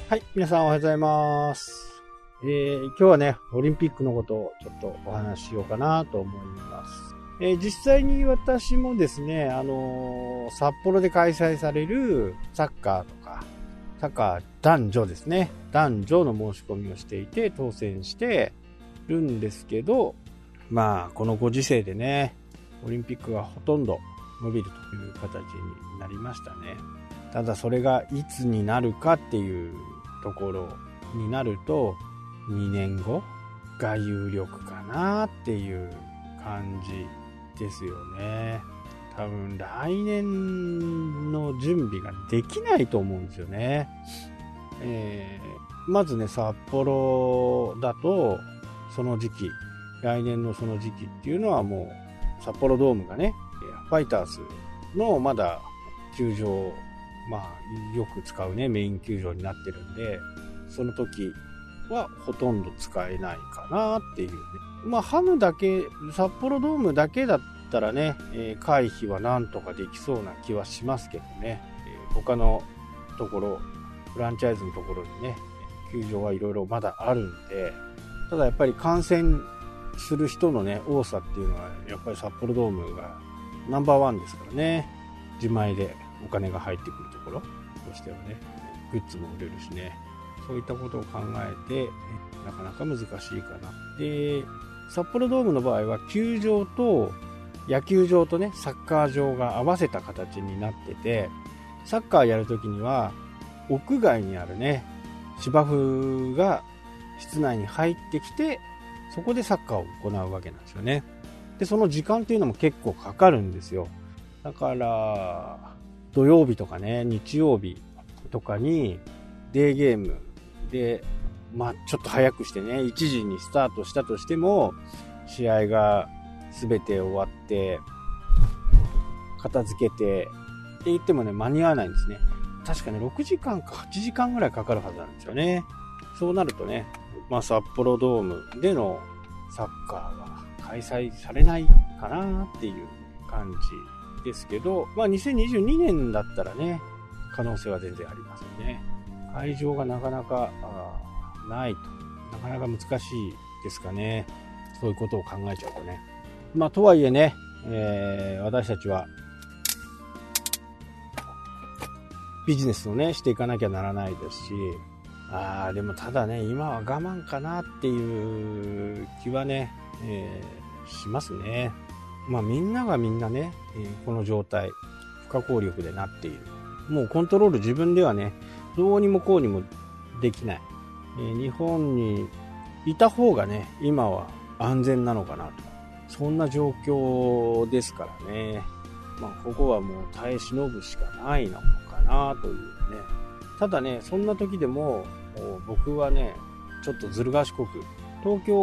はい、皆さんおはようございます。今日はね、オリンピックのことをちょっとお話ししようかなと思います。実際に私もですね、札幌で開催されるサッカーとか、サッカー男女ですね、男女の申し込みをしていて当選してるんですけど、まあこのご時世でね、オリンピックがほとんど伸びるという形になりましたね。ただそれがいつになるかっていうところになると2年後が有力かなっていう感じですよね。多分来年の準備ができないと思うんですよね。まずね、札幌だとその時期、来年のその時期っていうのはもう札幌ドームがね、ファイターズのまだ球場、まあよく使うねメイン球場になってるんで、その時はほとんど使えないかなっていうね。まあハムだけ、札幌ドームだけだったらね、回避はなんとかできそうな気はしますけどね。他のところ、フランチャイズのところにね、球場はいろいろまだあるんで、ただやっぱり感染する人のね多さっていうのはやっぱり札幌ドームがナンバーワンですからね。自前でお金が入ってくるところとしてはね、グッズも売れるしね、そういったことを考えてなかなか難しいかな。で、札幌ドームの場合は球場と野球場とねサッカー場が合わせた形になってて、サッカーやるときには屋外にあるね芝生が室内に入ってきて、そこでサッカーを行うわけなんですよね。で、その時間っていうのも結構かかるんですよ。だから土曜日とかね日曜日とかにデーゲームで、まあちょっと早くしてね1時にスタートしたとしても、試合が全て終わって片付けてって言ってもね間に合わないんですね。確かね6時間か8時間ぐらいかかるはずなんですよね。そうなるとね、まあ札幌ドームでのサッカーは開催されないかなっていう感じですけど、まあ2022年だったらね可能性は全然ありますよね。会場がなかなかないとなかなか難しいですかね。そういうことを考えちゃうとね。まあとはいえね、私たちはビジネスをねしていかなきゃならないですし、でもただね今は我慢かなっていう気はね、しますね。まあみんながみんなね、この状態不可抗力でなっている。もうコントロール自分ではねどうにもこうにもできない。日本にいた方がね今は安全なのかなと、そんな状況ですからね。まあここはもう耐え忍ぶしかないのかなというね。ただねそんな時でも僕はねちょっとずる賢く東京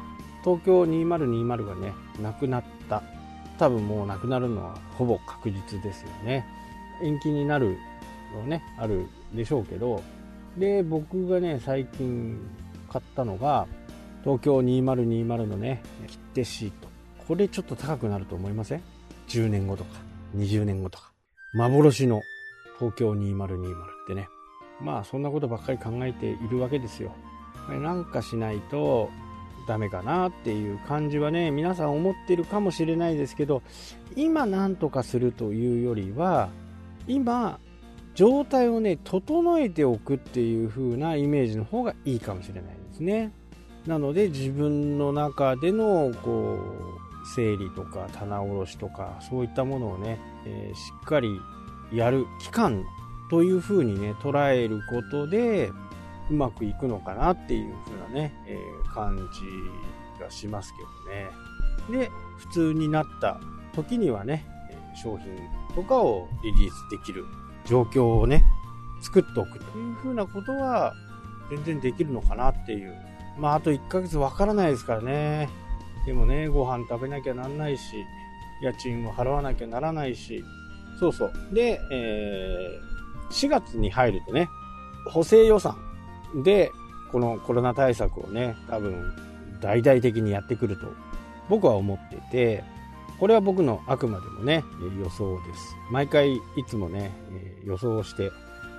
2020がねなくなった、多分もうなくなるのはほぼ確実ですよね。延期になるのねあるでしょうけど、で僕がね最近買ったのが東京2020のね切手シート。これちょっと高くなると思いません？10年後とか20年後とか幻の東京2020ってね。まあそんなことばっかり考えているわけですよ。なんかしないとダメかなっていう感じはね皆さん思ってるかもしれないですけど、今なんとかするというよりは今状態をね整えておくっていう風なイメージの方がいいかもしれないですね。なので自分の中でのこう整理とか棚卸しとかそういったものをね、しっかりやる期間という風にね捉えることでうまくいくのかなっていう風なね、感じがしますけどね。で、普通になった時にはね商品とかをリリースできる状況をね作っておくという風なことは全然できるのかなっていう。まああと1ヶ月わからないですからね。でもねご飯食べなきゃなんないし、家賃を払わなきゃならないし、そうそうで、4月に入るとね補正予算でこのコロナ対策をね多分大々的にやってくると僕は思ってて、これは僕のあくまでもね予想です。毎回いつもね予想をして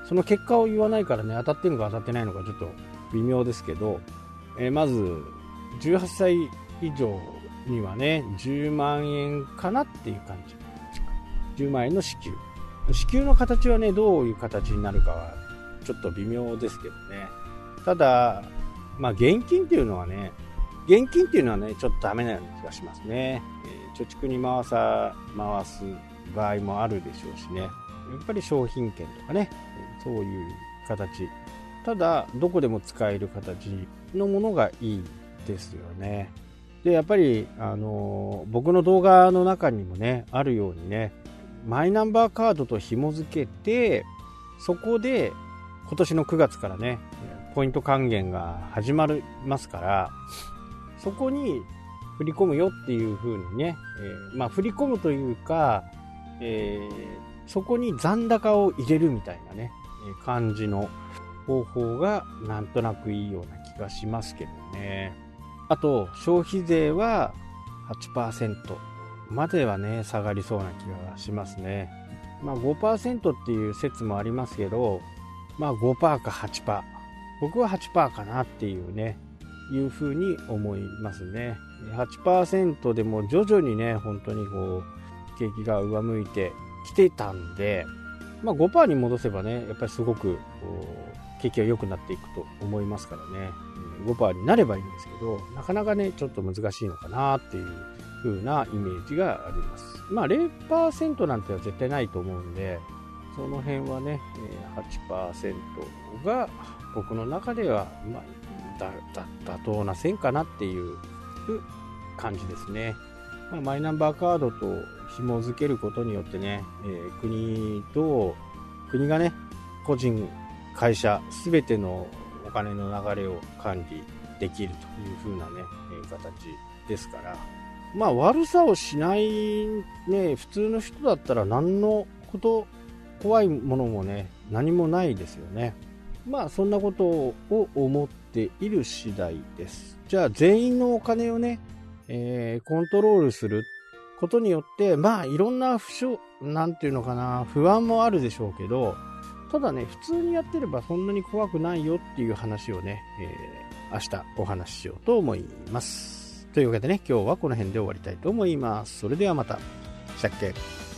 その結果を言わないからね、当たってるのか当たってないのかちょっと微妙ですけど、まず18歳以上にはね10万円かなっていう感じ。10万円の支給の形はねどういう形になるかはちょっと微妙ですけどね。ただ現金っていうのはねちょっとダメなような気がしますね。貯蓄に回す場合もあるでしょうしね。やっぱり商品券とかね、そういう形。ただどこでも使える形のものがいいですよね。でやっぱり僕の動画の中にもねあるようにね、マイナンバーカードと紐付けて、そこで今年の9月からねポイント還元が始まりますから、そこに振り込むよっていう風にね、振り込むというか、そこに残高を入れるみたいなね感じの方法がなんとなくいいような気がしますけどね。あと消費税は 8% まではね下がりそうな気がしますね。5% っていう説もありますけど、5% か 8%、 僕は 8% かなっていうねいう風に思いますね。 8% でも徐々にね本当に景気が上向いてきてたんで、5% に戻せばねやっぱりすごく景気が良くなっていくと思いますからね。5% になればいいんですけど、なかなかねちょっと難しいのかなっていう風なイメージがあります。0% なんては絶対ないと思うんで、その辺はね 8% が僕の中では妥当な線かなっていう感じですね。マイナンバーカードと紐付けることによってね、国がね個人会社すべてのお金の流れを管理できるという風なね形ですから、悪さをしないね普通の人だったら何のこと怖いものもね何もないですよね。そんなことを思っている次第です。じゃあ全員のお金をね、コントロールすることによっていろんななんていうのかな、不安もあるでしょうけど、ただね普通にやってればそんなに怖くないよっていう話をね、明日お話ししようと思います。というわけでね今日はこの辺で終わりたいと思います。それではまた。したっけ。